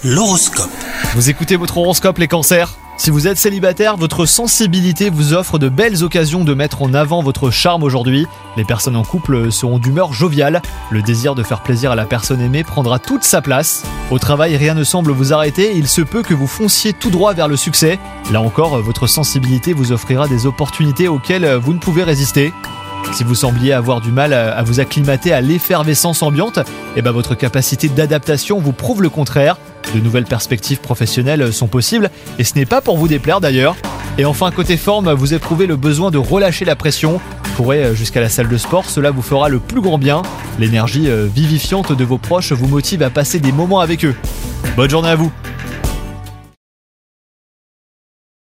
L'horoscope. Vous écoutez votre horoscope les cancers ? Si vous êtes célibataire, votre sensibilité vous offre de belles occasions de mettre en avant votre charme aujourd'hui. Les personnes en couple seront d'humeur joviale. Le désir de faire plaisir à la personne aimée prendra toute sa place. Au travail, rien ne semble vous arrêter et il se peut que vous fonciez tout droit vers le succès. Là encore, votre sensibilité vous offrira des opportunités auxquelles vous ne pouvez résister. Si vous sembliez avoir du mal à vous acclimater à l'effervescence ambiante, votre capacité d'adaptation vous prouve le contraire. De nouvelles perspectives professionnelles sont possibles et ce n'est pas pour vous déplaire d'ailleurs. Et enfin, côté forme, vous éprouvez le besoin de relâcher la pression. Courez jusqu'à la salle de sport, cela vous fera le plus grand bien. L'énergie vivifiante de vos proches vous motive à passer des moments avec eux. Bonne journée à vous!